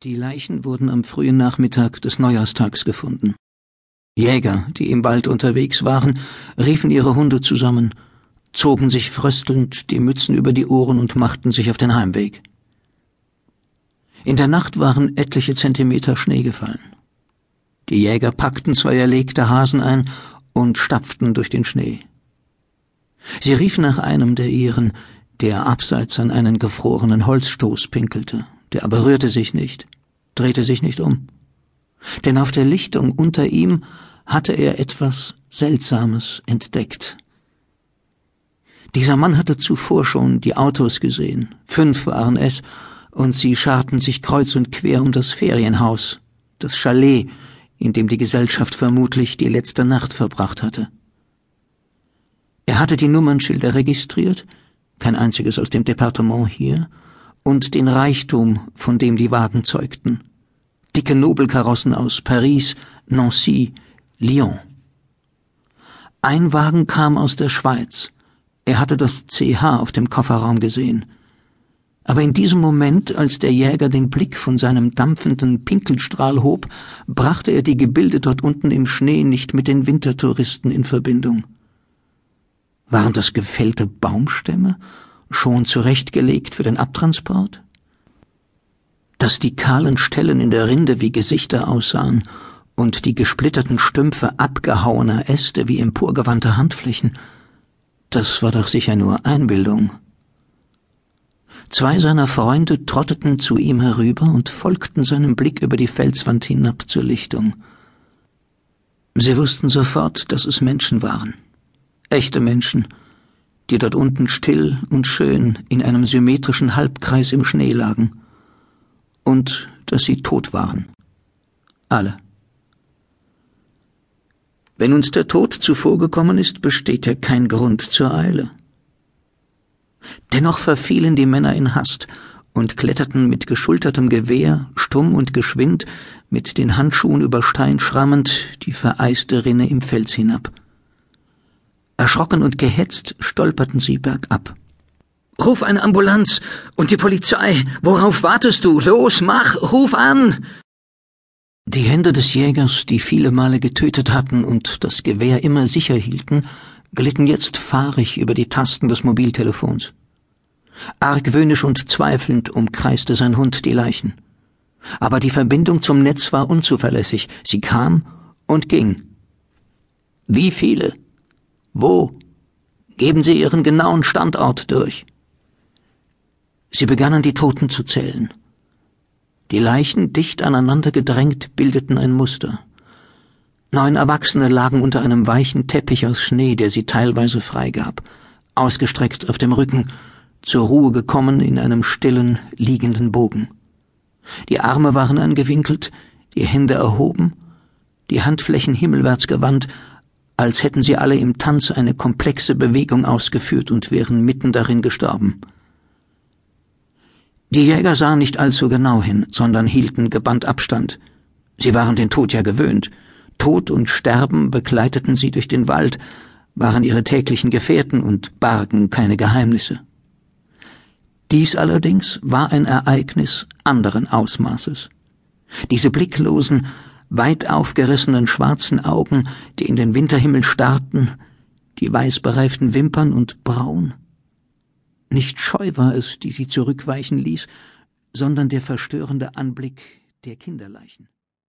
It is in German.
Die Leichen wurden am frühen Nachmittag des Neujahrstags gefunden. Jäger, die im Wald unterwegs waren, riefen ihre Hunde zusammen, zogen sich fröstelnd die Mützen über die Ohren und machten sich auf den Heimweg. In der Nacht waren etliche Zentimeter Schnee gefallen. Die Jäger packten 2 erlegte Hasen ein und stapften durch den Schnee. Sie riefen nach einem der ihren, der abseits an einen gefrorenen Holzstoß pinkelte, der aber rührte sich nicht, drehte sich nicht um. Denn auf der Lichtung unter ihm hatte er etwas Seltsames entdeckt. Dieser Mann hatte zuvor schon die Autos gesehen, 5 waren es, und sie scharten sich kreuz und quer um das Ferienhaus, das Chalet, in dem die Gesellschaft vermutlich die letzte Nacht verbracht hatte. Er hatte die Nummernschilder registriert, kein einziges aus dem Departement hier, und den Reichtum, von dem die Wagen zeugten. Dicke Nobelkarossen aus Paris, Nancy, Lyon. Ein Wagen kam aus der Schweiz. Er hatte das CH auf dem Kofferraum gesehen. Aber in diesem Moment, als der Jäger den Blick von seinem dampfenden Pinkelstrahl hob, brachte er die Gebilde dort unten im Schnee nicht mit den Wintertouristen in Verbindung. Waren das gefällte Baumstämme, schon zurechtgelegt für den Abtransport? Dass die kahlen Stellen in der Rinde wie Gesichter aussahen und die gesplitterten Stümpfe abgehauener Äste wie emporgewandte Handflächen, das war doch sicher nur Einbildung. 2 seiner Freunde trotteten zu ihm herüber und folgten seinem Blick über die Felswand hinab zur Lichtung. Sie wussten sofort, dass es Menschen waren. Echte Menschen, die dort unten still und schön in einem symmetrischen Halbkreis im Schnee lagen. Und dass sie tot waren. Alle. Wenn uns der Tod zuvorgekommen ist, besteht ja kein Grund zur Eile. Dennoch verfielen die Männer in Hast und kletterten mit geschultertem Gewehr, stumm und geschwind, mit den Handschuhen über Stein schrammend, die vereiste Rinne im Fels hinab. Erschrocken und gehetzt stolperten sie bergab. »Ruf eine Ambulanz und die Polizei! Worauf wartest du? Los, mach! Ruf an!« Die Hände des Jägers, die viele Male getötet hatten und das Gewehr immer sicher hielten, glitten jetzt fahrig über die Tasten des Mobiltelefons. Argwöhnisch und zweifelnd umkreiste sein Hund die Leichen. Aber die Verbindung zum Netz war unzuverlässig. Sie kam und ging. »Wie viele? Wo? Geben Sie Ihren genauen Standort durch.« Sie begannen, die Toten zu zählen. Die Leichen, dicht aneinander gedrängt, bildeten ein Muster. 9 Erwachsene lagen unter einem weichen Teppich aus Schnee, der sie teilweise freigab, ausgestreckt auf dem Rücken, zur Ruhe gekommen in einem stillen, liegenden Bogen. Die Arme waren angewinkelt, die Hände erhoben, die Handflächen himmelwärts gewandt, als hätten sie alle im Tanz eine komplexe Bewegung ausgeführt und wären mitten darin gestorben. Die Jäger sahen nicht allzu genau hin, sondern hielten gebannt Abstand. Sie waren den Tod ja gewöhnt. Tod und Sterben begleiteten sie durch den Wald, waren ihre täglichen Gefährten und bargen keine Geheimnisse. Dies allerdings war ein Ereignis anderen Ausmaßes. Diese blicklosen, weit aufgerissenen schwarzen Augen, die in den Winterhimmel starrten, die weiß bereiften Wimpern und Brauen. Nicht Scheu war es, die sie zurückweichen ließ, sondern der verstörende Anblick der Kinderleichen.